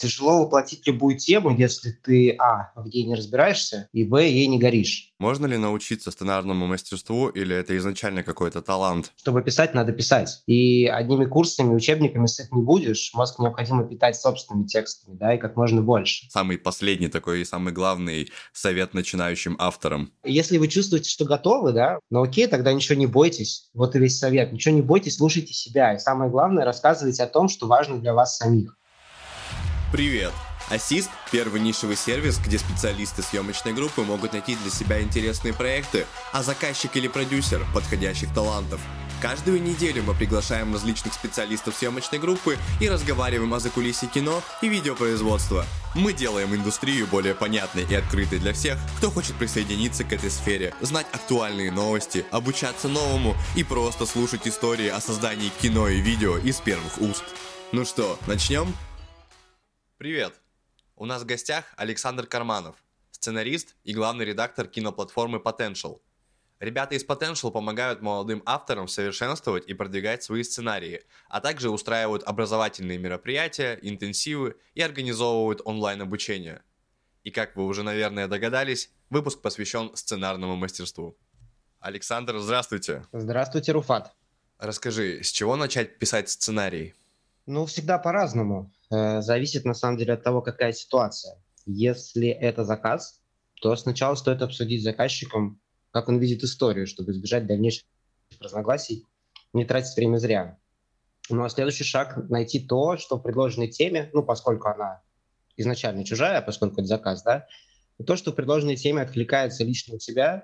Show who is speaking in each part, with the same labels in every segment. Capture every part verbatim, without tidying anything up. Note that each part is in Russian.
Speaker 1: Тяжело воплотить любую тему, если ты, а, в ней не разбираешься, и, б, ей не горишь.
Speaker 2: Можно ли научиться сценарному мастерству, или это изначально какой-то талант?
Speaker 1: Чтобы писать, надо писать. И одними курсами, учебниками сыт не будешь. Мозг необходимо питать собственными текстами, да, и как можно больше.
Speaker 2: Самый последний такой и самый главный совет начинающим авторам.
Speaker 1: Если вы чувствуете, что готовы, да, ну окей, тогда ничего не бойтесь. Вот и весь совет. Ничего не бойтесь, слушайте себя. И самое главное, рассказывайте о том, что важно для вас самих.
Speaker 2: Привет! Assist – первый нишевый сервис, где специалисты съемочной группы могут найти для себя интересные проекты, а заказчик или продюсер – подходящих талантов. Каждую неделю мы приглашаем различных специалистов съемочной группы и разговариваем о закулисье кино и видеопроизводства. Мы делаем индустрию более понятной и открытой для всех, кто хочет присоединиться к этой сфере, знать актуальные новости, обучаться новому и просто слушать истории о создании кино и видео из первых уст. Ну что, начнем? Привет! У нас в гостях Александр Карманов, сценарист и главный редактор киноплатформы Potential. Ребята из Potential помогают молодым авторам совершенствовать и продвигать свои сценарии, а также устраивают образовательные мероприятия, интенсивы и организовывают онлайн-обучение. И как вы уже, наверное, догадались, выпуск посвящен сценарному мастерству. Александр, здравствуйте.
Speaker 1: Здравствуйте, Руфат.
Speaker 2: Расскажи, с чего начать писать сценарий?
Speaker 1: Ну, всегда по-разному. Э, Зависит, на самом деле, от того, какая ситуация. Если это заказ, то сначала стоит обсудить с заказчиком, как он видит историю, чтобы избежать дальнейших разногласий, не тратить время зря. Ну, а следующий шаг – найти то, что в предложенной теме, ну, поскольку она изначально чужая, поскольку это заказ, да, то, что в предложенной теме откликается лично у тебя,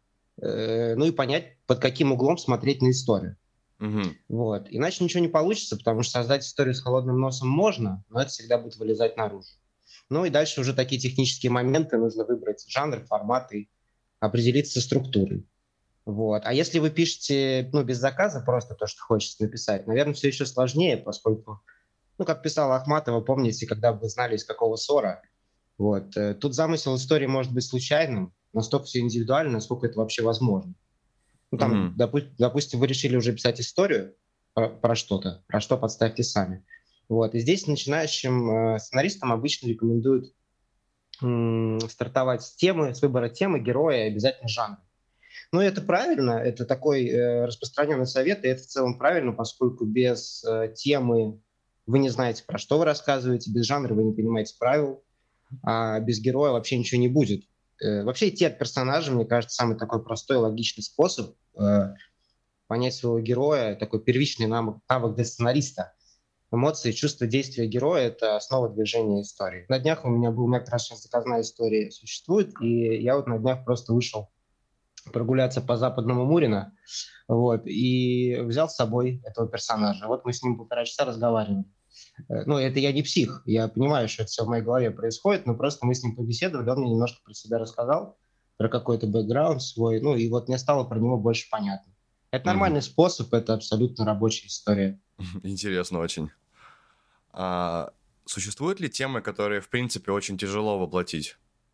Speaker 1: э, ну и понять, под каким углом смотреть на историю.
Speaker 2: Угу.
Speaker 1: Вот. Иначе ничего не получится, потому что создать историю с холодным носом можно, но это всегда будет вылезать наружу. Ну и дальше уже такие технические моменты, нужно выбрать жанр, формат и определиться со структурой. Вот. А если вы пишете, ну, без заказа, просто то, что хочется написать, наверное, все еще сложнее, поскольку, ну, как писала Ахматова, помните, когда вы знали, из какого ссора. Вот. э, Тут замысел истории может быть случайным, настолько все индивидуально, насколько это вообще возможно. Ну, там,
Speaker 2: Угу.
Speaker 1: допу- допустим, вы решили уже писать историю про, про что-то, про что подставьте сами. Вот. И здесь начинающим э, сценаристам обычно рекомендуют м, стартовать с темы, с выбора темы, героя и обязательно жанра. Ну, это правильно, это такой э, распространенный совет, и это в целом правильно, поскольку без э, темы вы не знаете, про что вы рассказываете, без жанра вы не понимаете правил, а без героя вообще ничего не будет. Э, вообще идти от персонажа, мне кажется, самый такой простой, логичный способ э, понять своего героя, такой первичный навык, навык для сценариста. Эмоции, чувства, действия героя – это основа движения истории. На днях у меня был, у меня как раз сейчас заказная история существует, и я вот на днях просто вышел прогуляться по западному Мурино, вот, и взял с собой этого персонажа. Вот мы с ним полтора часа разговаривали. Э, Ну, это я не псих, я понимаю, что это все в моей голове происходит, но просто мы с ним побеседовали, он мне немножко про себя рассказал, про какой-то бэкграунд свой, ну, и вот мне стало про него больше понятно. Это
Speaker 2: Угу.
Speaker 1: нормальный способ, это абсолютно рабочая история.
Speaker 2: Интересно очень. А существуют ли темы, которые, в принципе, очень тяжело воплотить?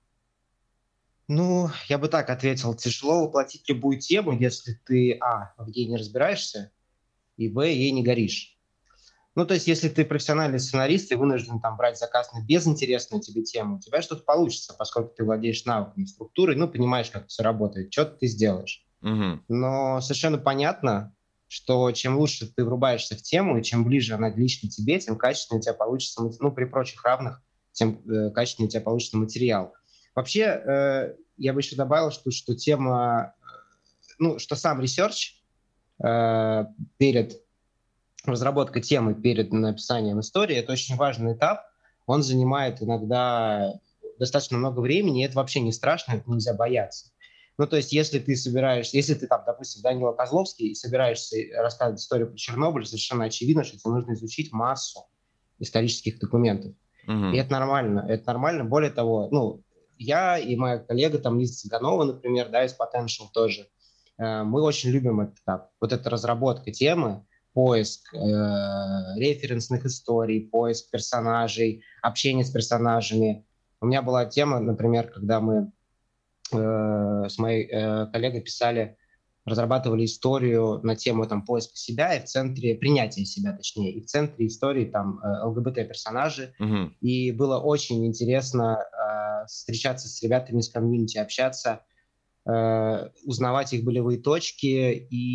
Speaker 1: Ну, я бы так ответил, тяжело воплотить любую тему, если ты, а, в ней не разбираешься, и, б, ей не горишь. Ну, то есть, если ты профессиональный сценарист и вынужден там брать заказ на безинтересную тебе тему, у тебя что-то получится, поскольку ты владеешь навыками структуры, ну, понимаешь, как все работает, что-то ты сделаешь.
Speaker 2: Угу.
Speaker 1: Но совершенно понятно, что чем лучше ты врубаешься в тему, и чем ближе она лично тебе, тем качественнее у тебя получится, мат- ну, при прочих равных, тем э, качественнее у тебя получится материал. Вообще, э, я бы еще добавил, что, что тема, э, ну, что сам ресерч э, перед разработка темы перед написанием истории – это очень важный этап. Он занимает иногда достаточно много времени, и это вообще не страшно, это нельзя бояться. Ну, то есть, если ты собираешься, если ты там, допустим, Данила Козловский, и собираешься рассказывать историю про Чернобыль, совершенно очевидно, что тебе нужно изучить массу исторических документов. И
Speaker 2: Угу.
Speaker 1: это нормально, это нормально. Более того, ну, я и моя коллега, там, Лиза Цыганова, например, да, из Potential тоже, э, мы очень любим этот этап. Вот эта разработка темы, поиск э, референсных историй, поиск персонажей, общение с персонажами. У меня была тема, например, когда мы э, с моей э, коллегой писали разрабатывали историю на тему там, поиска себя и в центре принятия себя, точнее, и в центре истории там ЛГБТ-персонажи.
Speaker 2: Угу.
Speaker 1: И было очень интересно э, встречаться с ребятами из комьюнити, общаться, э, узнавать их болевые точки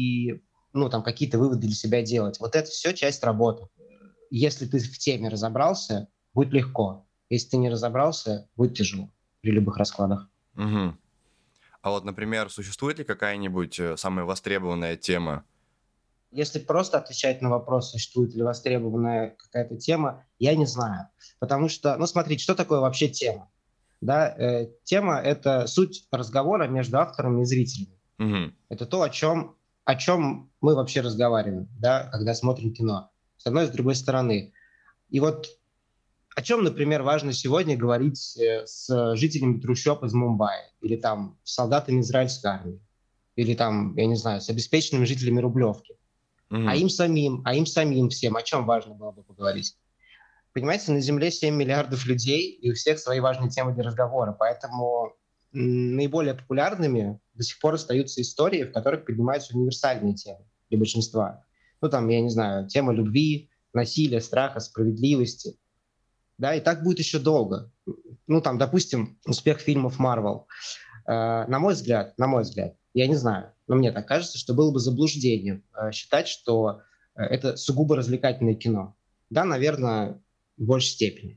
Speaker 1: и ну, там, какие-то выводы для себя делать. Вот это все часть работы. Если ты в теме разобрался, будет легко. Если ты не разобрался, будет тяжело при любых раскладах.
Speaker 2: Угу. А вот, например, существует ли какая-нибудь самая востребованная тема?
Speaker 1: Если просто отвечать на вопрос, существует ли востребованная какая-то тема, я не знаю. Потому что, ну, смотрите, что такое вообще тема? Да, э, тема – это суть разговора между автором и зрителем.
Speaker 2: Угу.
Speaker 1: Это то, о чем, о чем мы вообще разговариваем, да, когда смотрим кино. С одной и с другой стороны. И вот о чем, например, важно сегодня говорить с жителями трущоб из Мумбаи или там с солдатами израильской армии или там, я не знаю, с обеспеченными жителями Рублевки. Mm-hmm. А им самим, а им самим всем о чем важно было бы поговорить? Понимаете, на Земле семь миллиардов людей, и у всех свои важные темы для разговора, поэтому наиболее популярными до сих пор остаются истории, в которых поднимаются универсальные темы для большинства. Ну там, я не знаю, тема любви, насилия, страха, справедливости. Да, и так будет еще долго. Ну, там, допустим, успех фильмов Marvel. Э, на мой взгляд, на мой взгляд, я не знаю, но мне так кажется, что было бы заблуждением э, считать, что э, это сугубо развлекательное кино. Да, наверное, в большей степени.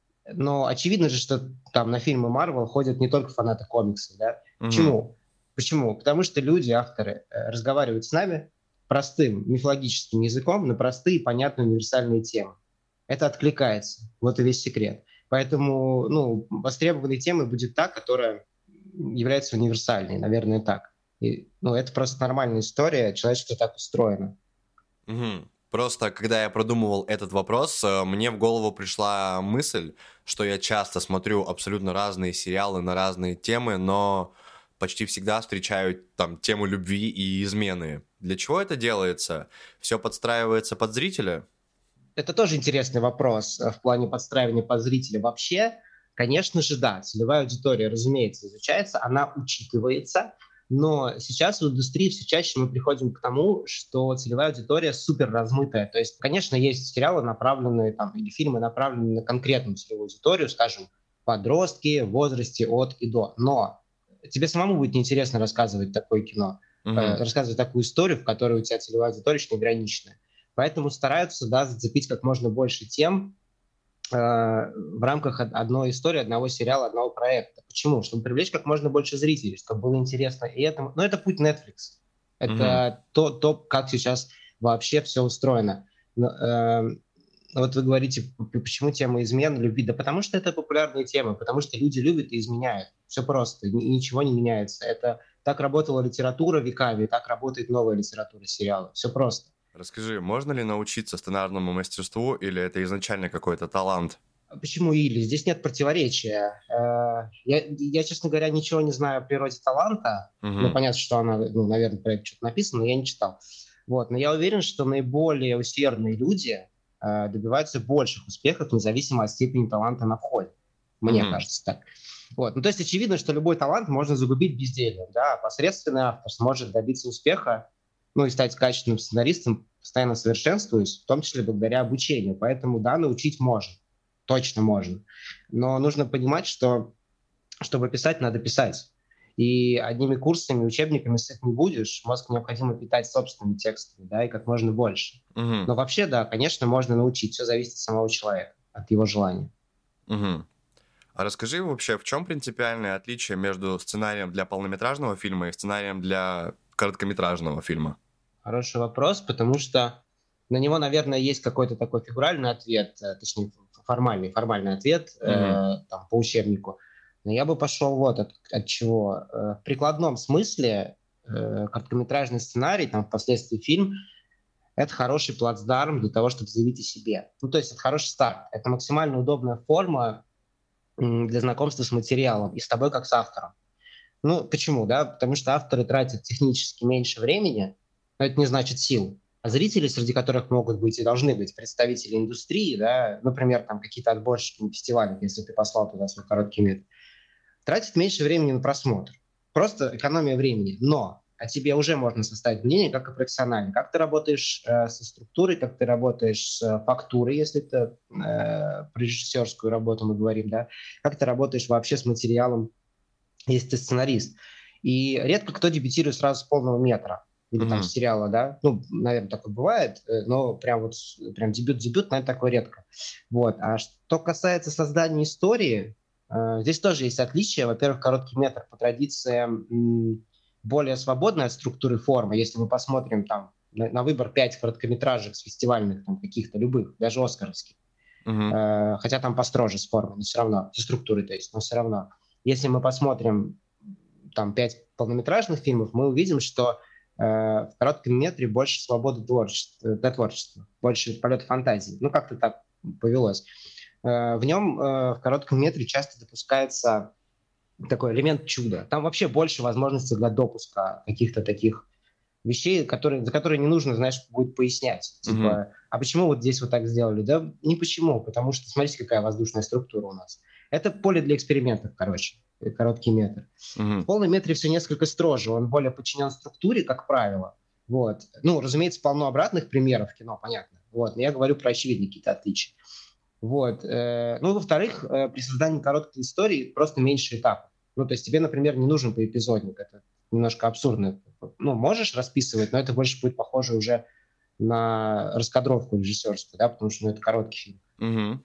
Speaker 1: Но очевидно же, что там на фильмы Marvel ходят не только фанаты комиксов, да? Mm-hmm. Почему? Почему? Потому что люди, авторы, э, разговаривают с нами простым мифологическим языком на простые, понятные, универсальные темы. Это откликается. Вот и весь секрет. Поэтому, ну, востребованной темой будет та, которая является универсальной, наверное, так. И, ну, это просто нормальная история, человечество так устроено.
Speaker 2: Угу. Просто, когда я продумывал этот вопрос, мне в голову пришла мысль, что я часто смотрю абсолютно разные сериалы на разные темы, но почти всегда встречаю там тему любви и измены. Для чего это делается? Все подстраивается под зрителя?
Speaker 1: Это тоже интересный вопрос в плане подстраивания под зрителя. Вообще, конечно же, да, целевая аудитория, разумеется, изучается, она учитывается, но сейчас в индустрии все чаще мы приходим к тому, что целевая аудитория супер размытая. То есть, конечно, есть сериалы, направленные там, или фильмы, направленные на конкретную целевую аудиторию, скажем, подростки в возрасте от и до. Но тебе самому будет неинтересно рассказывать такое кино, mm-hmm. э, рассказывать такую историю, в которой у тебя целевая аудитория очень ограниченная. Поэтому стараются, да, зацепить как можно больше тем э, в рамках одной истории, одного сериала, одного проекта. Почему? Чтобы привлечь как можно больше зрителей, чтобы было интересно и этому. Но это путь Netflix. Это mm-hmm. то, то, как сейчас вообще все устроено. Но, э, вот вы говорите, почему тема измен, любви? Да потому что это популярные темы, потому что люди любят и изменяют. Все просто, и ничего не меняется. Это так работала литература веками, так работает новая литература сериала. Все просто.
Speaker 2: Расскажи, можно ли научиться сценарному мастерству, или это изначально какой-то талант?
Speaker 1: Почему или? Здесь нет противоречия. Я, я, честно говоря, ничего не знаю о природе таланта. Uh-huh. Ну, понятно, что она, ну, наверное, про это что-то написано, но я не читал. Вот. Но я уверен, что наиболее усердные люди добиваются больших успехов, независимо от степени таланта на входе. Мне uh-huh. кажется так. Вот. Ну, то есть очевидно, что любой талант можно загубить бездельем. Да? Посредственный автор сможет добиться успеха, ну и стать качественным сценаристом, постоянно совершенствуясь, в том числе благодаря обучению. Поэтому, да, научить можно, точно можно. Но нужно понимать, что чтобы писать, надо писать. И одними курсами, учебниками сыт не будешь, мозг необходимо питать собственными текстами, да, и как можно больше.
Speaker 2: Угу.
Speaker 1: Но вообще, да, конечно, можно научить, все зависит от самого человека, от его желания.
Speaker 2: Угу. А расскажи вообще, в чем принципиальное отличие между сценарием для полнометражного фильма и сценарием для короткометражного фильма?
Speaker 1: Хороший вопрос, потому что на него, наверное, есть какой-то такой фигуральный ответ, точнее, формальный, формальный ответ mm-hmm. э, там, по учебнику. Но я бы пошел вот от, от чего. Э, в прикладном смысле э, короткометражный сценарий, там, впоследствии фильм, это хороший плацдарм для того, чтобы заявить о себе. Ну, то есть это хороший старт. Это максимально удобная форма м, для знакомства с материалом и с тобой как с автором. Ну, почему, да? Потому что авторы тратят технически меньше времени, но это не значит сил. А зрители, среди которых могут быть и должны быть представители индустрии, да, например, там какие-то отборщики на фестивалях, если ты послал туда свой короткий метр, тратят меньше времени на просмотр. Просто экономия времени. Но о тебе уже можно составить мнение как о профессионале. Как ты работаешь э, со структурой, как ты работаешь с фактурой, если это э, про режиссерскую работу мы говорим, да, как ты работаешь вообще с материалом, если ты сценарист. И редко кто дебютирует сразу с полного метра или там
Speaker 2: Мгм.
Speaker 1: с сериала, да. Ну, наверное, такое бывает, э, но прям вот прям дебют-дебют, наверное, такое редко. Вот. А что касается создания истории, э, здесь тоже есть отличия. Во-первых, короткий метр по традициям м, более свободная от структуры формы. Если мы посмотрим там на, на выбор пять короткометражек с фестивальных там каких-то любых, даже оскаровских,
Speaker 2: Мгм.
Speaker 1: э, хотя там построже с формой, но все равно, со структурой, то есть, но все равно. Если мы посмотрим там пять полнометражных фильмов, мы увидим, что э, в коротком метре больше свободы творчества, для творчества, больше полета фантазии. Ну, как-то так повелось. Э, в нем, э, в коротком метре часто допускается такой элемент чуда. Там вообще больше возможностей для допуска каких-то таких вещей, которые, за которые не нужно, знаешь, будет пояснять.
Speaker 2: Мгм.
Speaker 1: Типа, а почему вот здесь вот так сделали? Да не почему, потому что смотрите, какая воздушная структура у нас. Это поле для экспериментов, короче, э, короткий метр. В
Speaker 2: Мгм.
Speaker 1: полном метре все несколько строже, он более подчинен структуре, как правило. Вот. Ну, разумеется, полно обратных примеров в кино, понятно. Вот. Но я говорю про очевидные какие-то отличия. Вот. э, Ну, во-вторых, э, при создании короткой истории просто меньше этапов. Ну, то есть тебе, например, не нужен поэпизодник. Это немножко абсурдно. Ну, можешь расписывать, но это больше будет похоже уже на раскадровку режиссерскую, да, потому что ну, это короткий фильм.
Speaker 2: Мгм.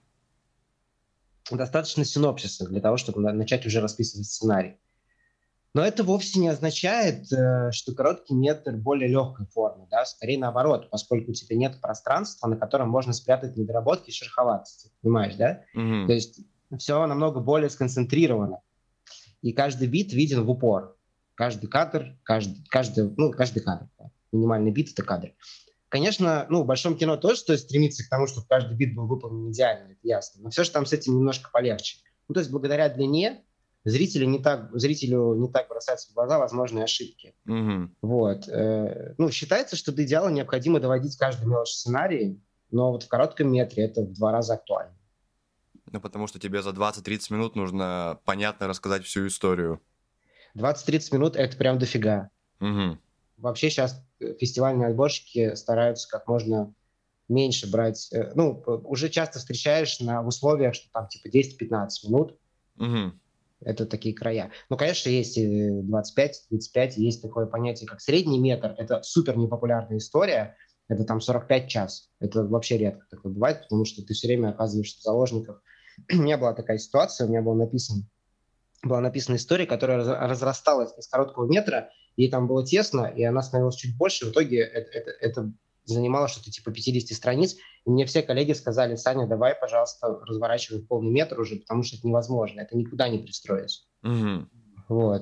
Speaker 1: Достаточно синопсиса для того, чтобы на- начать уже расписывать сценарий. Но это вовсе не означает, э, что короткий метр более легкой формы, да, скорее наоборот, поскольку у тебя нет пространства, на котором можно спрятать недоработки и шероховатости, понимаешь, да? То
Speaker 2: Мгм.
Speaker 1: есть все намного более сконцентрировано, и каждый бит виден в упор. Каждый кадр, каждый, каждый, ну, каждый кадр, да. Минимальный бит — это кадр. Конечно, ну, в большом кино тоже стоит стремиться к тому, чтобы каждый бит был выполнен идеально, это ясно. Но все же там с этим немножко полегче. Ну, то есть благодаря длине зрителю не так, зрителю не так бросаются в глаза возможные ошибки.
Speaker 2: Мгм.
Speaker 1: Вот. э, Ну, считается, что до идеала необходимо доводить каждый мелочь сценария, но вот в коротком метре это в два раза актуально.
Speaker 2: Ну, потому что тебе за двадцать-тридцать минут нужно понятно рассказать всю историю.
Speaker 1: двадцать-тридцать минут — это прям дофига.
Speaker 2: Мгм.
Speaker 1: Вообще сейчас фестивальные отборщики стараются как можно меньше брать. э, Ну, п- уже часто встречаешь на, в условиях, что там типа десять-пятнадцать минут.
Speaker 2: Мгм.
Speaker 1: Это такие края. Ну, конечно, есть и двадцать пять тридцать пять, есть такое понятие, как средний метр. Это супер непопулярная история. Это там сорок пять час. Это вообще редко такое бывает, потому что ты все время оказываешься в заложниках. У меня была такая ситуация, у меня был написан, была написана история, которая раз- разрасталась из короткого метра, ей там было тесно, и она становилась чуть больше. В итоге это, это, это занимало что-то типа пятьдесят страниц. И мне все коллеги сказали: Саня, давай, пожалуйста, разворачивай в полный метр уже, потому что это невозможно, это никуда не пристроится.
Speaker 2: Мгм.
Speaker 1: Вот.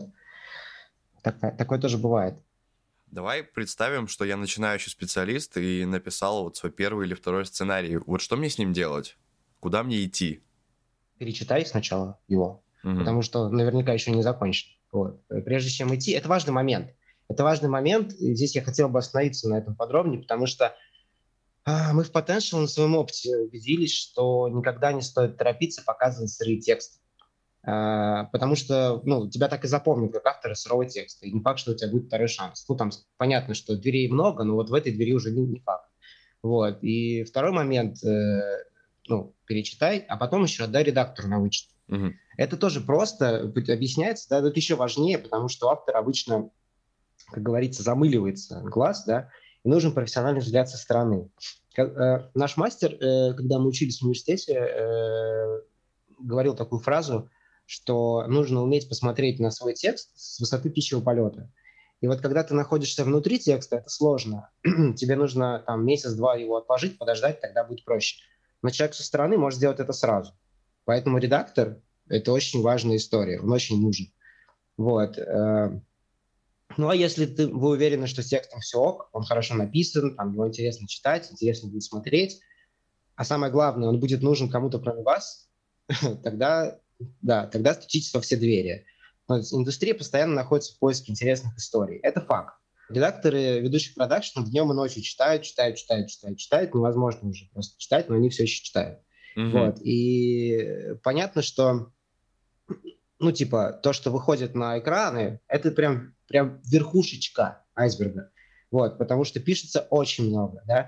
Speaker 1: Так- такое тоже бывает.
Speaker 2: Давай представим, что я начинающий специалист и написал вот свой первый или второй сценарий. Вот что мне с ним делать? Куда мне идти?
Speaker 1: Перечитай сначала его,
Speaker 2: Мгм.
Speaker 1: потому что наверняка еще не закончен. Вот. Прежде чем идти, это важный момент. Это важный момент, и здесь я хотел бы остановиться на этом подробнее, потому что а, мы в Potential на своем опыте убедились, что никогда не стоит торопиться показывать сырые тексты. А, потому что ну, тебя так и запомнят как автора сырого текста. И не факт, что у тебя будет второй шанс. Ну, там понятно, что дверей много, но вот в этой двери уже не, не факт. Вот. И второй момент, э, ну, перечитай, а потом еще отдай редактору на вычет.
Speaker 2: Мгм.
Speaker 1: Это тоже просто объясняется, да, это еще важнее, потому что автор обычно, как говорится, замыливается глаз, да, и нужен профессиональный взгляд со стороны. Как, э, наш мастер, э, когда мы учились в университете, э, говорил такую фразу, что нужно уметь посмотреть на свой текст с высоты птичьего полета. И вот когда ты находишься внутри текста, это сложно. Тебе нужно там месяц-два его отложить, подождать, тогда будет проще. Но человек со стороны может сделать это сразу. Поэтому редактор — это очень важная история, он очень нужен. Вот. э, Ну, а если ты, вы уверены, что с текстом все ок, он хорошо написан, там его интересно читать, интересно будет смотреть, а самое главное, он будет нужен кому-то кроме вас, тогда, да, тогда стучитесь во все двери. Но индустрия постоянно находится в поиске интересных историй. Это факт. Редакторы ведущих продакшн днем и ночью читают, читают, читают, читают, читают. Невозможно уже просто читать, но они все еще читают.
Speaker 2: Мгм.
Speaker 1: Вот. И понятно, что ну, типа, то, что выходит на экраны, это прям, прям верхушечка. айсберга. Вот, потому что пишется очень много, да.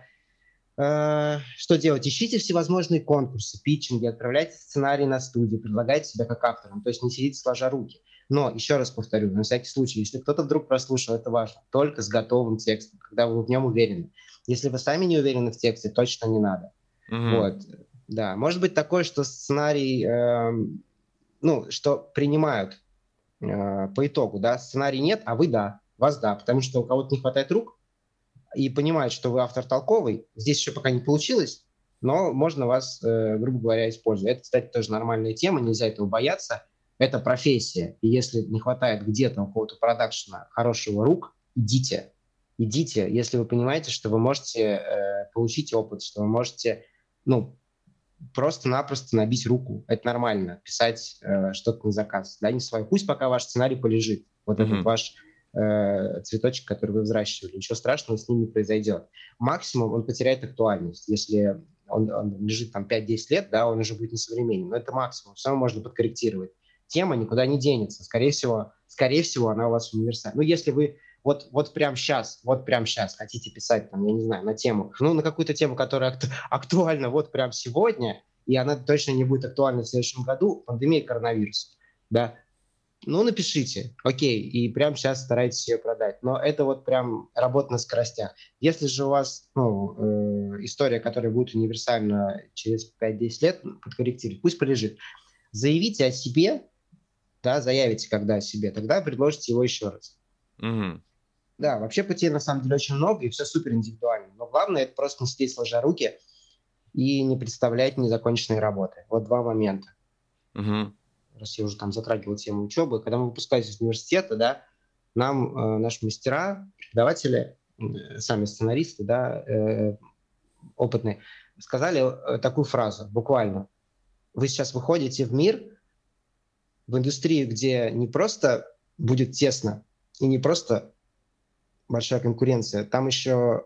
Speaker 1: Что делать? Ищите всевозможные конкурсы, питчинги, отправляйте сценарий на студию, предлагайте себя как автором, то есть не сидите сложа руки. Но, еще раз повторю, на всякий случай, если кто-то вдруг прослушал, это важно, только с готовым текстом, когда вы в нем уверены. Если вы сами не уверены в тексте, точно не надо. Mm-hmm. Вот, да. Может быть такое, что сценарий, э, ну, что принимают э, по итогу, да, сценарий нет, а вы да, вас да, потому что у кого-то не хватает рук, и понимает, что вы автор толковый, здесь еще пока не получилось, но можно вас, э, грубо говоря, использовать. Это, кстати, тоже нормальная тема, нельзя этого бояться. Это профессия, и если не хватает где-то у кого-то продакшена хорошего рук, идите. Идите, если вы понимаете, что вы можете э, получить опыт, что вы можете, ну, просто-напросто набить руку. Это нормально, писать э, что-то на заказ, да, не свое. Пусть пока ваш сценарий полежит, вот mm-hmm. этот ваш цветочек, который вы взращивали. Ничего страшного с ним не произойдет. Максимум он потеряет актуальность. Если он, он лежит там пять-десять лет, да, он уже будет несовременен. Но это максимум. Все можно подкорректировать. Тема никуда не денется. Скорее всего, скорее всего она у вас универсальна. Ну, если вы вот, вот прямо сейчас, вот прямо сейчас хотите писать, там, я не знаю, на тему, ну, на какую-то тему, которая акту- актуальна вот прямо сегодня, и она точно не будет актуальна в следующем году, пандемия коронавируса, да, ну, напишите, окей, и прямо сейчас старайтесь ее продать. Но это вот прям работа на скоростях. Если же у вас ну, э, история, которая будет универсальна через пять-десять лет, подкорректируйте, пусть полежит. Заявите о себе, да, заявите когда о себе, тогда предложите его еще раз.
Speaker 2: Mm-hmm.
Speaker 1: Да, вообще путей на самом деле очень много, и все супер индивидуально. Но главное, это просто не сидеть сложа руки и не представлять незаконченные работы. Вот два момента.
Speaker 2: Mm-hmm.
Speaker 1: Раз я уже там затрагивал тему учебы, когда мы выпускались из университета, да, нам э, наши мастера, преподаватели, э, сами сценаристы, да, э, опытные, сказали э, такую фразу, буквально. Вы сейчас выходите в мир, в индустрию, где не просто будет тесно и не просто большая конкуренция, там еще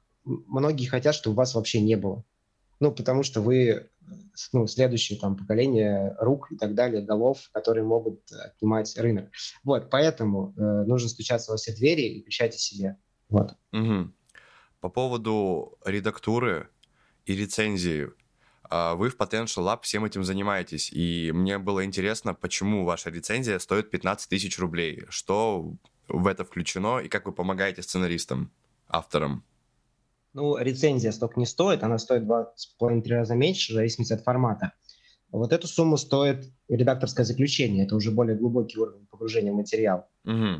Speaker 1: многие хотят, чтобы вас вообще не было. Ну, потому что вы ну, следующее там, поколение рук и так далее, голов, которые могут отнимать рынок. Вот, поэтому э, нужно стучаться во все двери и кричать о себе. Вот.
Speaker 2: Угу. По поводу редактуры и рецензии. Вы в Potential Lab всем этим занимаетесь, и мне было интересно, почему ваша рецензия стоит пятнадцать тысяч рублей. Что в это включено и как вы помогаете сценаристам, авторам?
Speaker 1: Ну, рецензия столько не стоит, она стоит два с половиной-три раза меньше, в зависимости от формата. Вот эту сумму стоит редакторское заключение, это уже более глубокий уровень погружения в материал.
Speaker 2: Угу.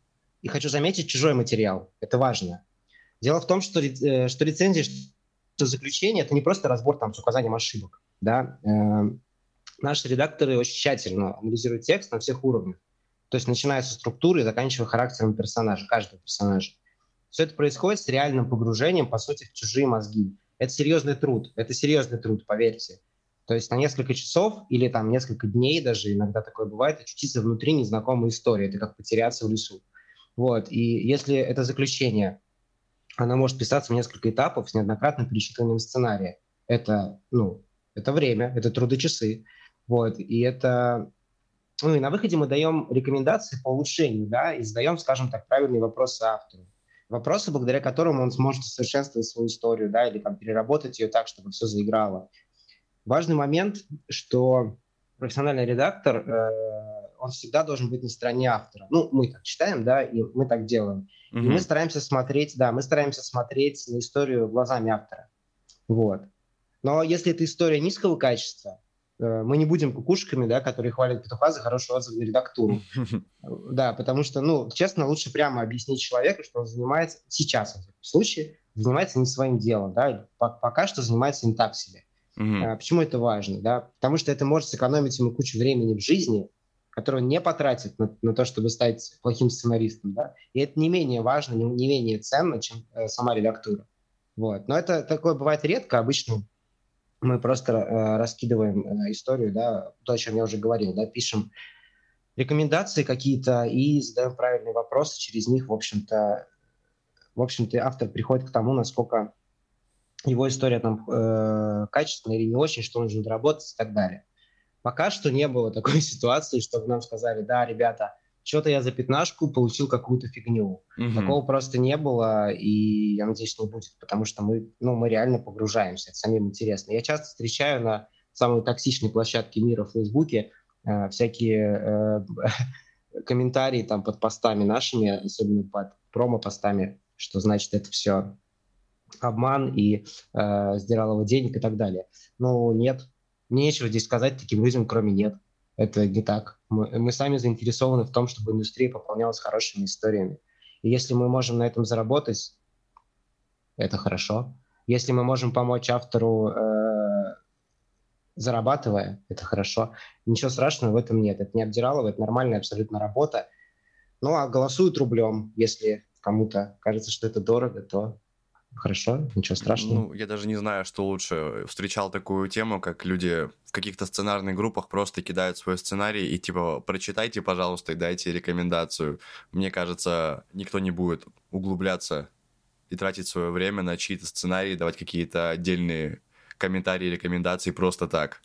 Speaker 1: И хочу заметить, чужой материал, это важно. Дело в том, что, э, что рецензия, что заключение, это не просто разбор там, с указанием ошибок. Да? Э, наши редакторы очень тщательно анализируют текст на всех уровнях. То есть начиная со структуры и заканчивая характером персонажа, каждого персонажа. Все это происходит с реальным погружением, по сути, в чужие мозги. Это серьезный труд, это серьезный труд, поверьте. То есть на несколько часов или там несколько дней даже, иногда такое бывает, очутиться внутри незнакомой истории. Это как потеряться в лесу. Вот. И если это заключение, оно может писаться в несколько этапов с неоднократным перечитыванием сценария. Это, ну, это время, это трудочасы. Вот. И это... Ну и на выходе мы даем рекомендации по улучшению, да, и задаем, скажем так, правильные вопросы автору. Вопросы, благодаря которым он сможет усовершенствовать свою историю, да, или там, переработать ее так, чтобы все заиграло. Важный момент, что профессиональный редактор, э, он всегда должен быть на стороне автора. Ну, мы так читаем, да, и мы так делаем. Mm-hmm. И мы стараемся смотреть, да, мы стараемся смотреть на историю глазами автора. Вот. Но если это история низкого качества, мы не будем кукушками, да, которые хвалят петуха за хороший отзыв на редактуру. Да, потому что, ну, честно, лучше прямо объяснить человеку, что он занимается сейчас, в этом случае, занимается не своим делом, да, пока что занимается не так себе. Mm-hmm. Почему это важно, да? Потому что это может сэкономить ему кучу времени в жизни, которое он не потратит на, на то, чтобы стать плохим сценаристом, да, и это не менее важно, не, не менее ценно, чем э, сама редактура. Вот. Но это такое бывает редко, обычно мы просто э, раскидываем э, историю, да, то, о чем я уже говорил, да, пишем рекомендации какие-то и задаем правильные вопросы, через них, в общем-то, в общем-то, автор приходит к тому, насколько его история там э, качественная или не очень, что нужно доработать и так далее. Пока что не было такой ситуации, чтобы нам сказали, да, ребята, что-то я за пятнашку получил какую-то фигню.
Speaker 2: Мгм.
Speaker 1: Такого просто не было, и я надеюсь, не будет, потому что мы, ну, мы реально погружаемся, это самим интересно. Я часто встречаю на самой токсичной площадке мира в Фейсбуке э, всякие э, комментарии там под постами нашими, особенно под промо-постами, что значит это все обман и э, сдиралово денег и так далее. Ну, нет, нечего здесь сказать таким людям, кроме нет. Это не так. Мы, мы сами заинтересованы в том, чтобы индустрия пополнялась хорошими историями. И если мы можем на этом заработать, это хорошо. Если мы можем помочь автору, э, зарабатывая, это хорошо. Ничего страшного в этом нет. Это не обдиралово, это нормальная абсолютно работа. Ну, а голосуют рублем. Если кому-то кажется, что это дорого, то хорошо, ничего страшного.
Speaker 2: Ну, я даже не знаю, что лучше. Встречал такую тему, как люди в каких-то сценарных группах просто кидают свой сценарий и типа прочитайте, пожалуйста, и дайте рекомендацию. Мне кажется, никто не будет углубляться и тратить свое время на чьи-то сценарии, давать какие-то отдельные комментарии, рекомендации просто так.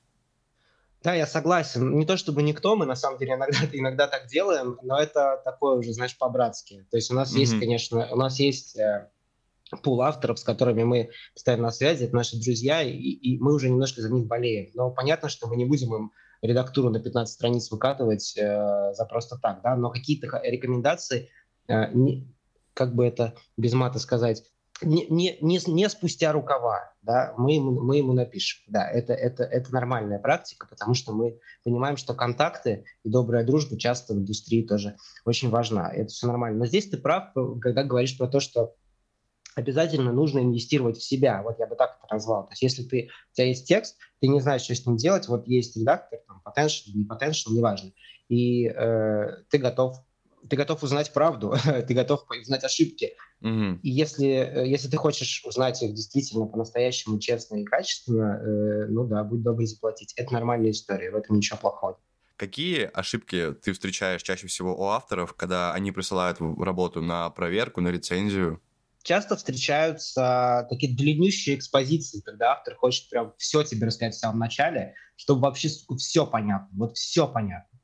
Speaker 1: Да, я согласен. Не то чтобы никто, мы на самом деле иногда, иногда так делаем, но это такое уже, знаешь, по-братски. То есть у нас есть,
Speaker 2: Мгм.
Speaker 1: конечно, у нас есть э, пул авторов, с которыми мы постоянно на связи, это наши друзья, и, и мы уже немножко за них болеем. Но понятно, что мы не будем им редактуру на пятнадцать страниц выкатывать э, за просто так, да, но какие-то ха- рекомендации, э, не- как бы это без мата сказать, не, не, не, с- не спустя рукава, да, мы ему, мы ему напишем. Да, это, это, это нормальная практика, потому что мы понимаем, что контакты и добрая дружба часто в индустрии тоже очень важна. Это все нормально. Но здесь ты прав, когда говоришь про то, что обязательно нужно инвестировать в себя. Вот я бы так это назвал. То есть если ты, у тебя есть текст, ты не знаешь, что с ним делать, вот есть редактор, там, potential, не potential, неважно, и э, ты готов ты готов узнать правду, ты готов узнать ошибки.
Speaker 2: Мгм.
Speaker 1: И если, э, если ты хочешь узнать их действительно по-настоящему честно и качественно, э, ну да, будь добр заплатить. Это нормальная история, в этом ничего плохого.
Speaker 2: Какие ошибки ты встречаешь чаще всего у авторов, когда они присылают в- работу на проверку, на рецензию?
Speaker 1: Часто встречаются такие длиннющие экспозиции, когда автор хочет прям все тебе рассказать в самом начале, чтобы вообще все понятно, вот все понятно.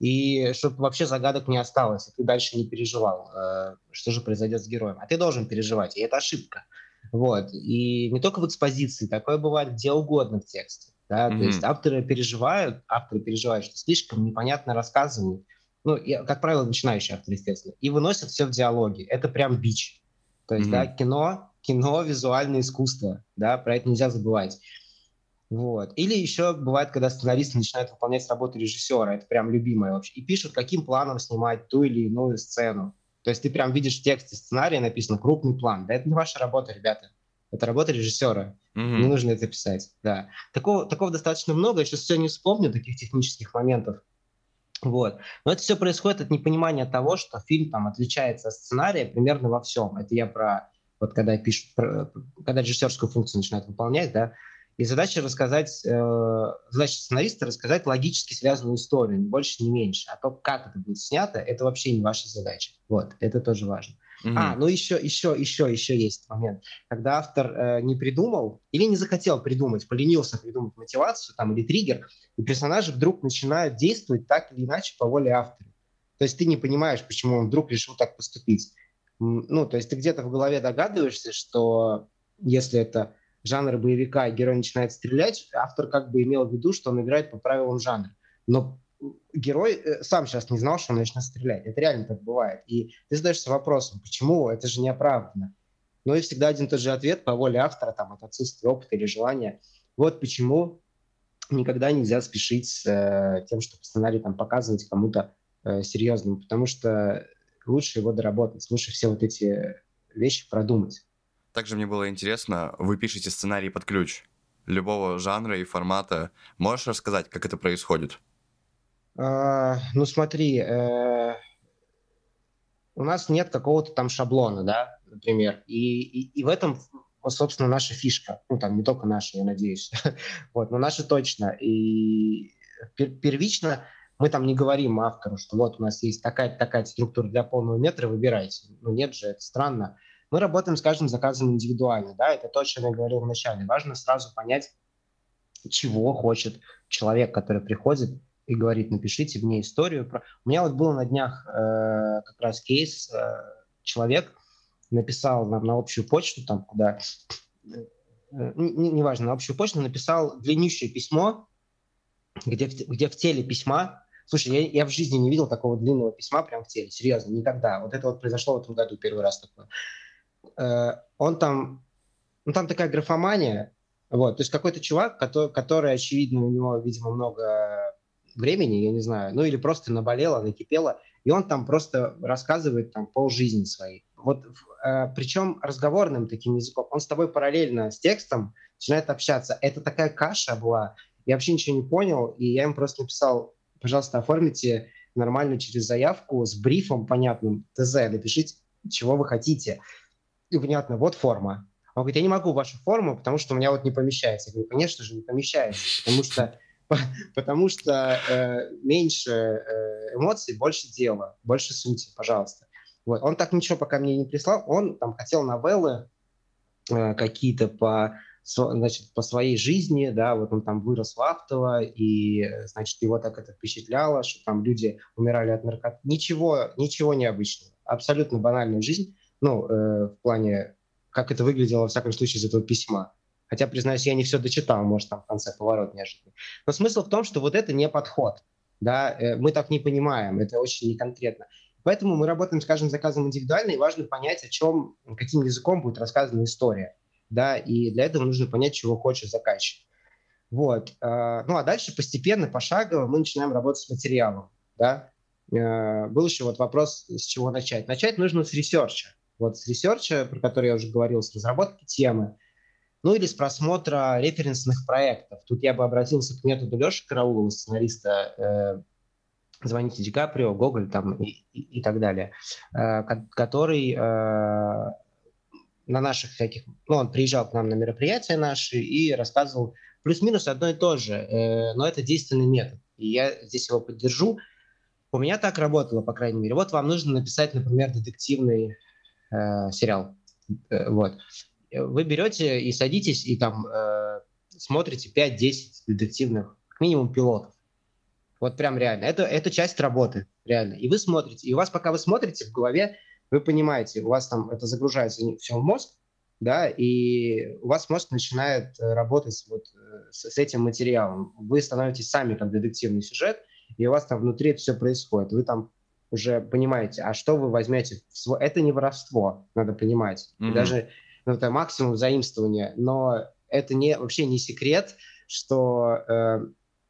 Speaker 1: И чтобы вообще загадок не осталось, и ты дальше не переживал, э, что же произойдет с героем. А ты должен переживать, и это ошибка. Вот. И не только в экспозиции, такое бывает где угодно в тексте. Да? То есть
Speaker 2: Мгм.
Speaker 1: авторы переживают, авторы переживают, что слишком непонятно рассказывают. Ну, и, как правило, начинающие авторы, естественно. И выносят все в диалоге. Это прям бич. То есть, да,
Speaker 2: Мгм.
Speaker 1: кино, кино, визуальное искусство, да, про это нельзя забывать. Вот. Или еще бывает, когда сценаристы начинают выполнять работу режиссера, это прям любимое вообще, и пишут, каким планом снимать ту или иную сцену. То есть ты прям видишь в тексте сценария написано крупный план. Да это не ваша работа, ребята. Это работа режиссера. Не
Speaker 2: Мгм.
Speaker 1: нужно это писать. Да. Такого, такого достаточно много. Я сейчас все не вспомню, таких технических моментов. Вот. Но это все происходит от непонимания того, что фильм там отличается от сценария примерно во всем. Это я про вот когда пишут, про- когда режиссерскую функцию начинают выполнять, да, и задача рассказать, э, задача сценариста рассказать логически связанную историю, ни больше, ни меньше. А то, как это будет снято, это вообще не ваша задача. Вот, это тоже важно. А,
Speaker 2: Мгм.
Speaker 1: ну еще, еще, еще, еще есть момент, когда автор э, не придумал или не захотел придумать, поленился придумать мотивацию там или триггер, и персонажи вдруг начинают действовать так или иначе по воле автора. То есть ты не понимаешь, почему он вдруг решил так поступить. Ну, то есть ты где-то в голове догадываешься, что если это жанр боевика, и герой начинает стрелять, автор как бы имел в виду, что он играет по правилам жанра. Но герой э, сам сейчас не знал, что он начнет стрелять. Это реально так бывает. И ты задаешься вопросом, почему? Это же неоправданно. Ну и всегда один и тот же ответ по воле автора, там, от отсутствия опыта или желания. Вот почему никогда нельзя спешить с э, тем, чтобы сценарий там показывать кому-то э, серьезным, потому что лучше его доработать, лучше все вот эти вещи продумать.
Speaker 2: Также мне было интересно, вы пишете сценарий под ключ любого жанра и формата. Можешь рассказать, как это происходит?
Speaker 1: А, ну смотри, э, у нас нет какого-то там шаблона, да, например, и, и, и в этом, вот, собственно, наша фишка, ну там не только наша, я надеюсь, вот, но наша точно, и пер- первично мы там не говорим автору, что вот у нас есть такая-то такая структура для полного метра, выбирайте. Ну нет же, это странно. Мы работаем с каждым заказом индивидуально, да, это то, о чем я говорил вначале. Важно сразу понять, чего хочет человек, который приходит, и говорит, напишите мне историю. Про... У меня вот был на днях э, как раз кейс, э, человек написал нам на общую почту, там куда, э, не, не важно, на общую почту написал длиннющее письмо, где, где в теле письма, слушай, я, я в жизни не видел такого длинного письма прям в теле, серьезно, никогда. Вот это вот произошло в этом году первый раз такое. Э, он там, ну там такая графомания, вот, то есть какой-то чувак, который, который, очевидно, у него, видимо, много времени, я не знаю, ну или просто наболело, накипело, и он там просто рассказывает там полжизни своей. Вот, э, причем разговорным таким языком. Он с тобой параллельно с текстом начинает общаться. Это такая каша была, я вообще ничего не понял, и я им просто написал, пожалуйста, оформите нормально через заявку с брифом понятным, ТЗ, напишите, чего вы хотите. И понятно, вот форма. Он говорит, я не могу вашу форму, потому что у меня вот не помещается. Я говорю, конечно же, не помещается, потому что, потому что э, меньше э, эмоций, больше дела, больше сути, пожалуйста. Вот. Он так ничего пока мне не прислал. Он там хотел новеллы э, какие-то по, значит, по своей жизни, да, вот он там вырос в Автово, и, значит, его так это впечатляло, что там люди умирали от наркотиков. Ничего, ничего необычного. Абсолютно банальная жизнь, ну, э, в плане, как это выглядело, во всяком случае, из этого письма. Хотя, признаюсь, я не все дочитал, может, там в конце поворот неожиданный. Но смысл в том, что вот это не подход, да, э, мы так не понимаем, это очень неконкретно. Поэтому мы работаем с каждым заказом индивидуально, и важно понять, о чем, каким языком будет рассказана история. Да, и для этого нужно понять, чего хочет заказчик. Вот. Ну, а дальше постепенно, пошагово мы начинаем работать с материалом. Да. Был еще вот вопрос, с чего начать. Начать нужно с ресерча. Вот с ресерча, про который я уже говорил, с разработки темы, ну или с просмотра референсных проектов. Тут я бы обратился к методу Леши Караулова, сценариста «Звоните Ди Каприо», «Гоголь» там, и, и, и так далее, который на наших всяких... Ну, он приезжал к нам на мероприятия наши и рассказывал плюс-минус одно и то же, но это действенный метод, и я здесь его поддержу. У меня так работало, по крайней мере. Вот вам нужно написать, например, детективный э, сериал. Э, вот. Вы берете и садитесь, и там э, смотрите пять-десять детективных, как минимум, пилотов. Вот прям реально. Это, это часть работы, реально. И вы смотрите. И у вас, пока вы смотрите, в голове вы понимаете, у вас там это загружается все в мозг, да, и у вас мозг начинает работать вот с, с этим материалом. Вы становитесь сами как детективный сюжет, и у вас там внутри это все происходит. Вы там уже понимаете, а что вы возьмете в свой... Это не воровство, надо понимать. Mm-hmm. И даже ну, это максимум заимствования, но это не, вообще не секрет, что э,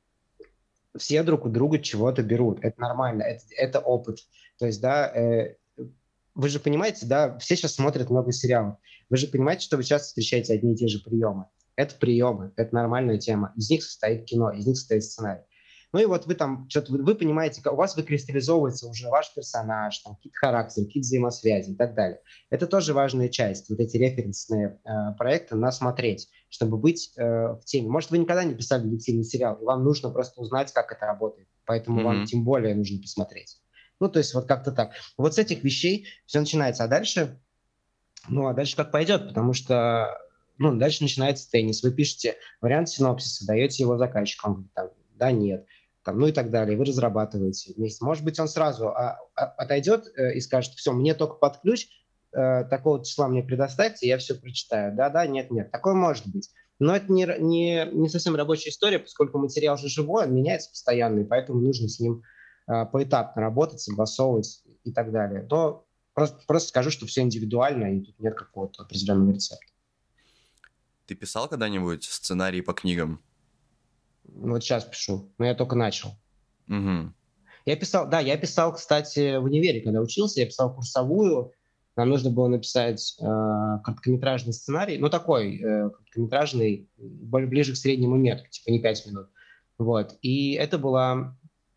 Speaker 1: все друг у друга чего-то берут. Это нормально, это, это опыт. То есть, да, э, вы же понимаете, да, все сейчас смотрят много сериалов. Вы же понимаете, что вы часто встречаете одни и те же приемы. Это приемы, это нормальная тема. Из них состоит кино, из них состоит сценарий. Ну и вот вы там, что-то вы, вы понимаете, у вас выкристаллизовывается уже ваш персонаж, там, какие-то характеры, какие-то взаимосвязи и так далее. Это тоже важная часть, вот эти референсные э, проекты насмотреть, чтобы быть э, в теме. Может, вы никогда не писали детективный сериал, и вам нужно просто узнать, как это работает. Поэтому mm-hmm. вам тем более нужно посмотреть. Ну, то есть вот как-то так. Вот с этих вещей все начинается. А дальше, ну, а дальше как пойдет, потому что, ну, дальше начинается теннис. Вы пишете вариант синопсиса, даете его заказчику, он говорит, там, да, нет, там, ну и так далее. Вы разрабатываете вместе. Может быть, он сразу а, а, отойдет э, и скажет, все, мне только под ключ, э, такого числа мне предоставьте, я все прочитаю. Да-да, нет-нет. Такое может быть. Но это не, не, не совсем рабочая история, поскольку материал же живой, он меняется постоянно, и поэтому нужно с ним поэтапно работать, согласовывать и так далее. Но просто, просто скажу, что все индивидуально, и тут нет какого-то определенного рецепта.
Speaker 2: Ты писал когда-нибудь сценарий по книгам?
Speaker 1: Вот сейчас пишу, но я только начал.
Speaker 2: Угу.
Speaker 1: Я писал, да, я писал, кстати, в универе, когда учился, я писал курсовую, нам нужно было написать э, короткометражный сценарий, ну такой э, короткометражный, более ближе к среднему метру, типа не пять минут. Вот, и это была...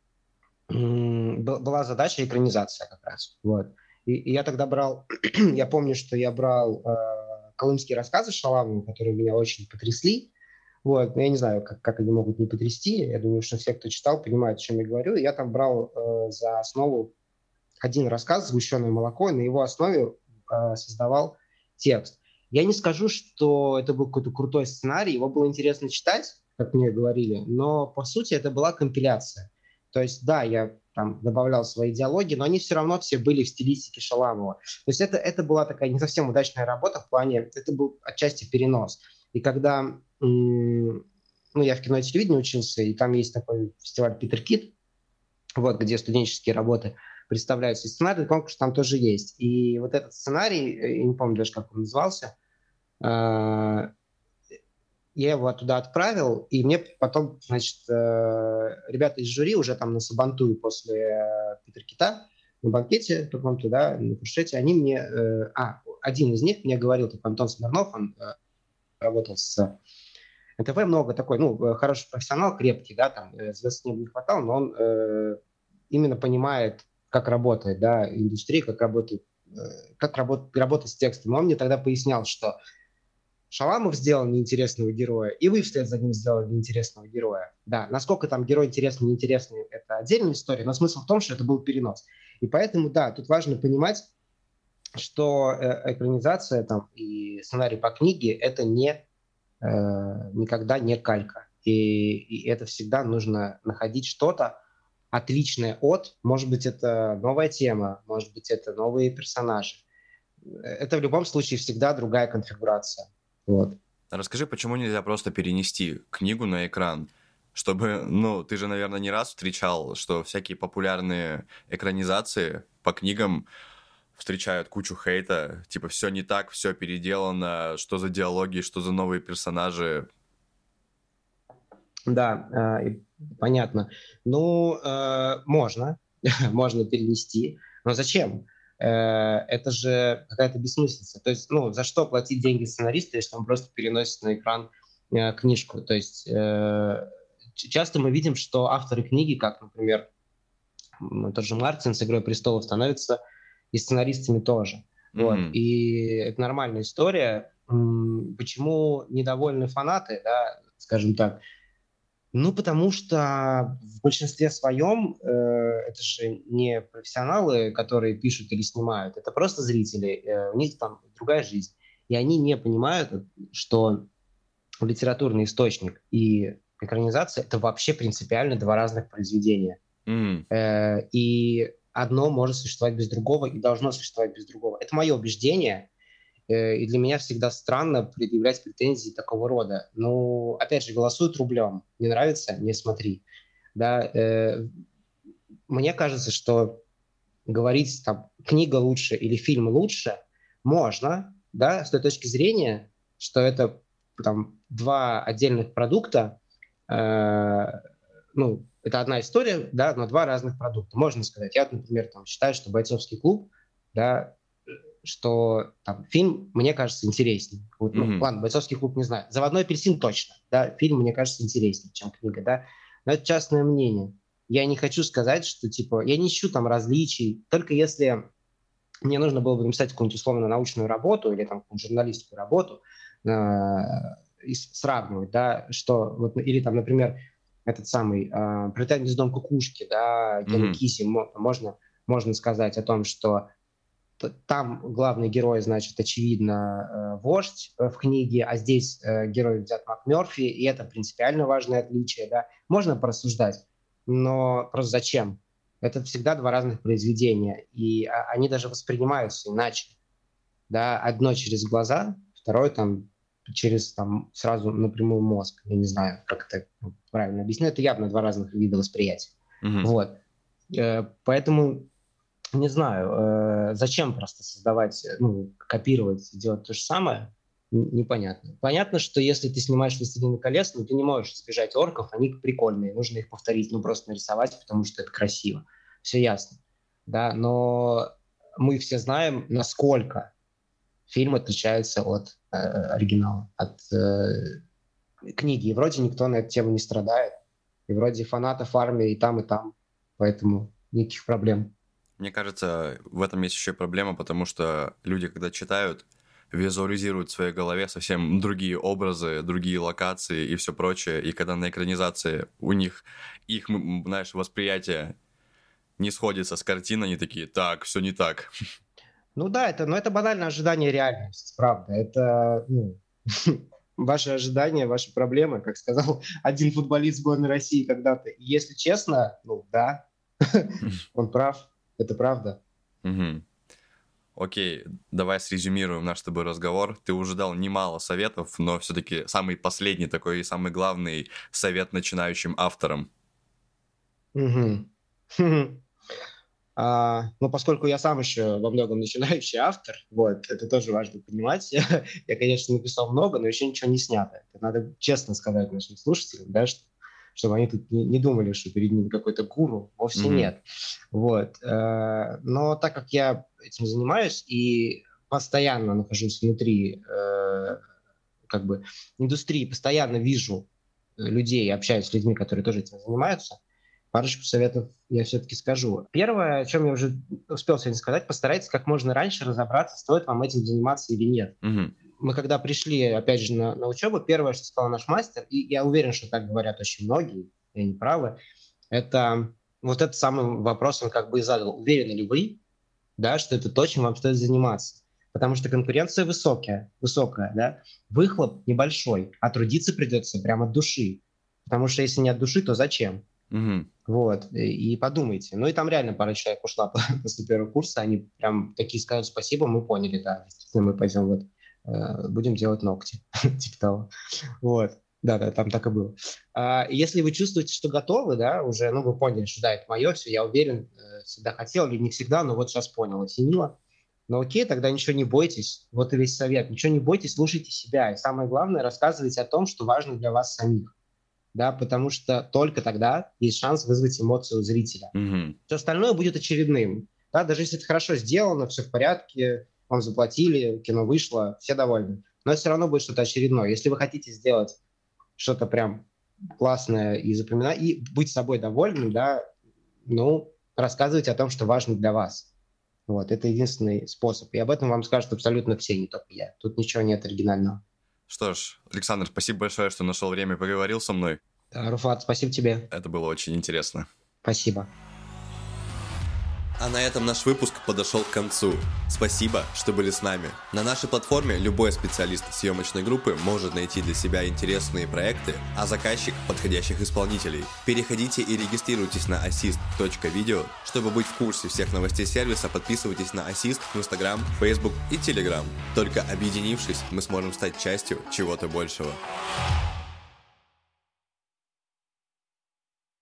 Speaker 1: была задача экранизация как раз. Вот. И, и я тогда брал, я помню, что я брал э, колымские рассказы Шаламова, которые меня очень потрясли. Вот. Но я не знаю, как, как они могут не потрясти. Я думаю, что все, кто читал, понимают, о чем я говорю. И я там брал э, за основу один рассказ «Сгущенное молоко», и на его основе э, создавал текст. Я не скажу, что это был какой-то крутой сценарий, его было интересно читать, как мне говорили, но по сути это была компиляция. То есть, да, я там добавлял свои диалоги, но они все равно все были в стилистике Шаламова. То есть это, это была такая не совсем удачная работа в плане, это был отчасти перенос. И когда, ну, я в кино и телевидении учился, и там есть такой фестиваль «Питер Кит», вот, где студенческие работы представляются, и сценарий конкурс там тоже есть. И вот этот сценарий, я не помню даже, как он назывался, я его оттуда отправил, и мне потом, значит, ребята из жюри уже там на Сабантуе после Питер Кита, на банкете каком-то, да, на фуршете, они мне... А, один из них мне говорил, типа Антон Смирнов, он работал с эн тэ вэ, много такой, ну, хороший профессионал, крепкий, да, там, звезд с неба не хватало, но он э, именно понимает, как работает, да, индустрия, как работает, э, как работает, работать с текстом. Он мне тогда пояснял, что Шаламов сделал неинтересного героя, и вы вслед за ним сделали неинтересного героя. Да, насколько там герой интересный, неинтересный, это отдельная история, но смысл в том, что это был перенос. И поэтому, да, тут важно понимать, что э, экранизация там, и сценарий по книге – это не, э, никогда не калька. И, и это всегда нужно находить что-то отличное от, может быть, это новая тема, может быть, это новые персонажи. Это в любом случае всегда другая конфигурация. Вот.
Speaker 2: Расскажи, почему нельзя просто перенести книгу на экран? Чтобы, ну, ты же, наверное, не раз встречал, что всякие популярные экранизации по книгам встречают кучу хейта, типа все не так, все переделано, что за диалоги, что за новые персонажи.
Speaker 1: Да, э, понятно. Ну, э, можно, можно перенести, но зачем? Э, это же какая-то бессмыслица. То есть, ну, за что платить деньги сценаристу, если он просто переносит на экран э, книжку? То есть, э, часто мы видим, что авторы книги, как, например, тот же Мартин с «Игрой престолов», становятся и сценаристами тоже. Mm-hmm. Вот. И это нормальная история. Почему недовольны фанаты, да, скажем так? Ну, потому что в большинстве своем э, это же не профессионалы, которые пишут или снимают, это просто зрители, э, у них там другая жизнь. И они не понимают, что литературный источник и экранизация – это вообще принципиально два разных произведения. Mm. Э, и одно может существовать без другого и должно существовать без другого. Это мое убеждение. И для меня всегда странно предъявлять претензии такого рода. Ну, опять же, голосуют рублем. Не нравится? Не смотри. Да, э, мне кажется, что говорить, там, книга лучше или фильм лучше можно, да, с той точки зрения, что это там два отдельных продукта, э, ну, это одна история, да, но два разных продукта. Можно сказать. Я, например, там, считаю, что «Бойцовский клуб», да, что там, фильм, мне кажется, интереснее. Вот, ну, mm-hmm. Ладно, «Бойцовский клуб» не знаю. «Заводной апельсин» точно. Да, фильм, мне кажется, интереснее, чем книга. Да? Но это частное мнение. Я не хочу сказать, что, типа, я не ищу там различий. Только если мне нужно было бы написать какую-нибудь условно научную работу или там какую-нибудь журналистскую работу э, и сравнивать, да, что, вот, или там, например, этот самый э, «Пролетая гнездом кукушки», да, Кенни mm-hmm. Киси, можно, можно сказать о том, что там главный герой, значит, очевидно, вождь в книге, а здесь герой взят МакМёрфи, и это принципиально важное отличие, да. Можно порассуждать, но просто зачем? Это всегда два разных произведения, и они даже воспринимаются иначе, да. Одно через глаза, второе там через там сразу напрямую мозг. Я не знаю, как это правильно объяснить. Это явно два разных вида восприятия. Mm-hmm. Вот. Поэтому не знаю, э, зачем просто создавать, ну, копировать, делать то же самое, непонятно. Понятно, что если ты снимаешь «Властелин колец», ну, ты не можешь избежать орков, они прикольные, нужно их повторить, ну, просто нарисовать, потому что это красиво. Все ясно, да, но мы все знаем, насколько фильм отличается от э, оригинала, от э, книги, и вроде никто на эту тему не страдает, и вроде фанатов армии и там, и там, поэтому никаких проблем.
Speaker 2: Мне кажется, в этом есть еще проблема, потому что люди, когда читают, визуализируют в своей голове совсем другие образы, другие локации и все прочее. И когда на экранизации у них их, знаешь, восприятие не сходится с картиной, они такие: так, все не так.
Speaker 1: Ну да, это, но это банальное ожидание реальности, правда. Это, ну, ваши ожидания, ваши проблемы, как сказал один футболист сборной России когда-то. И если честно, ну да, он прав, это правда.
Speaker 2: Угу. Окей, давай срезюмируем наш с тобой разговор. Ты уже дал немало советов, но все-таки самый последний такой и самый главный совет начинающим авторам.
Speaker 1: Угу. А, ну, поскольку я сам еще во многом начинающий автор, вот, это тоже важно понимать. Я, конечно, написал много, но еще ничего не снято. Это надо честно сказать нашим слушателям, да, что, чтобы они тут не, не думали, что перед ними какой-то гуру. Вовсе mm-hmm. нет. Вот. Но так как я этим занимаюсь и постоянно нахожусь внутри как бы индустрии, постоянно вижу людей, общаюсь с людьми, которые тоже этим занимаются, парочку советов я все-таки скажу. Первое, о чем я уже успел сегодня сказать, постарайтесь как можно раньше разобраться, стоит вам этим заниматься или нет. Mm-hmm. Мы когда пришли, опять же, на, на учебу, первое, что сказал наш мастер, и я уверен, что так говорят очень многие, и они правы, это вот этот самый вопрос он как бы и задал. Уверены ли вы, да, что это то, чем вам стоит заниматься? Потому что конкуренция высокая, высокая, да, выхлоп небольшой, а трудиться придется прямо от души. Потому что если не от души, то зачем? Mm-hmm. Вот, и, и подумайте. Ну и там реально пара человек ушла после первого курса, они прям такие скажут спасибо, мы поняли, да, действительно мы пойдем вот, э, будем делать ногти, типа того. Вот, да-да, там так и было. А, если вы чувствуете, что готовы, да, уже, ну вы поняли, что да, это мое, все, я уверен, э, всегда хотел или не всегда, но вот сейчас понял, оценила. Ну окей, тогда ничего не бойтесь, вот и весь совет, ничего не бойтесь, слушайте себя, и самое главное, рассказывайте о том, что важно для вас самих. Да, потому что только тогда есть шанс вызвать эмоцию у зрителя. Mm-hmm. Все остальное будет очередным. Да, даже если это хорошо сделано, все в порядке, вам заплатили, кино вышло, все довольны. Но все равно будет что-то очередное. Если вы хотите сделать что-то прям классное и запоминать, и быть собой довольным, да, ну, рассказывайте о том, что важно для вас. Вот, это единственный способ. И об этом вам скажут абсолютно все, не только я. Тут ничего нет оригинального.
Speaker 2: Что ж, Александр, спасибо большое, что нашел время и поговорил со мной.
Speaker 1: Да, Руфат, спасибо тебе.
Speaker 2: Это было очень интересно.
Speaker 1: Спасибо.
Speaker 2: А на этом наш выпуск подошел к концу. Спасибо, что были с нами. На нашей платформе любой специалист съемочной группы может найти для себя интересные проекты, а заказчик – подходящих исполнителей. Переходите и регистрируйтесь на assist точка видео. Чтобы быть в курсе всех новостей сервиса, подписывайтесь на Assist в Instagram, Facebook и Telegram. Только объединившись, мы сможем стать частью чего-то большего.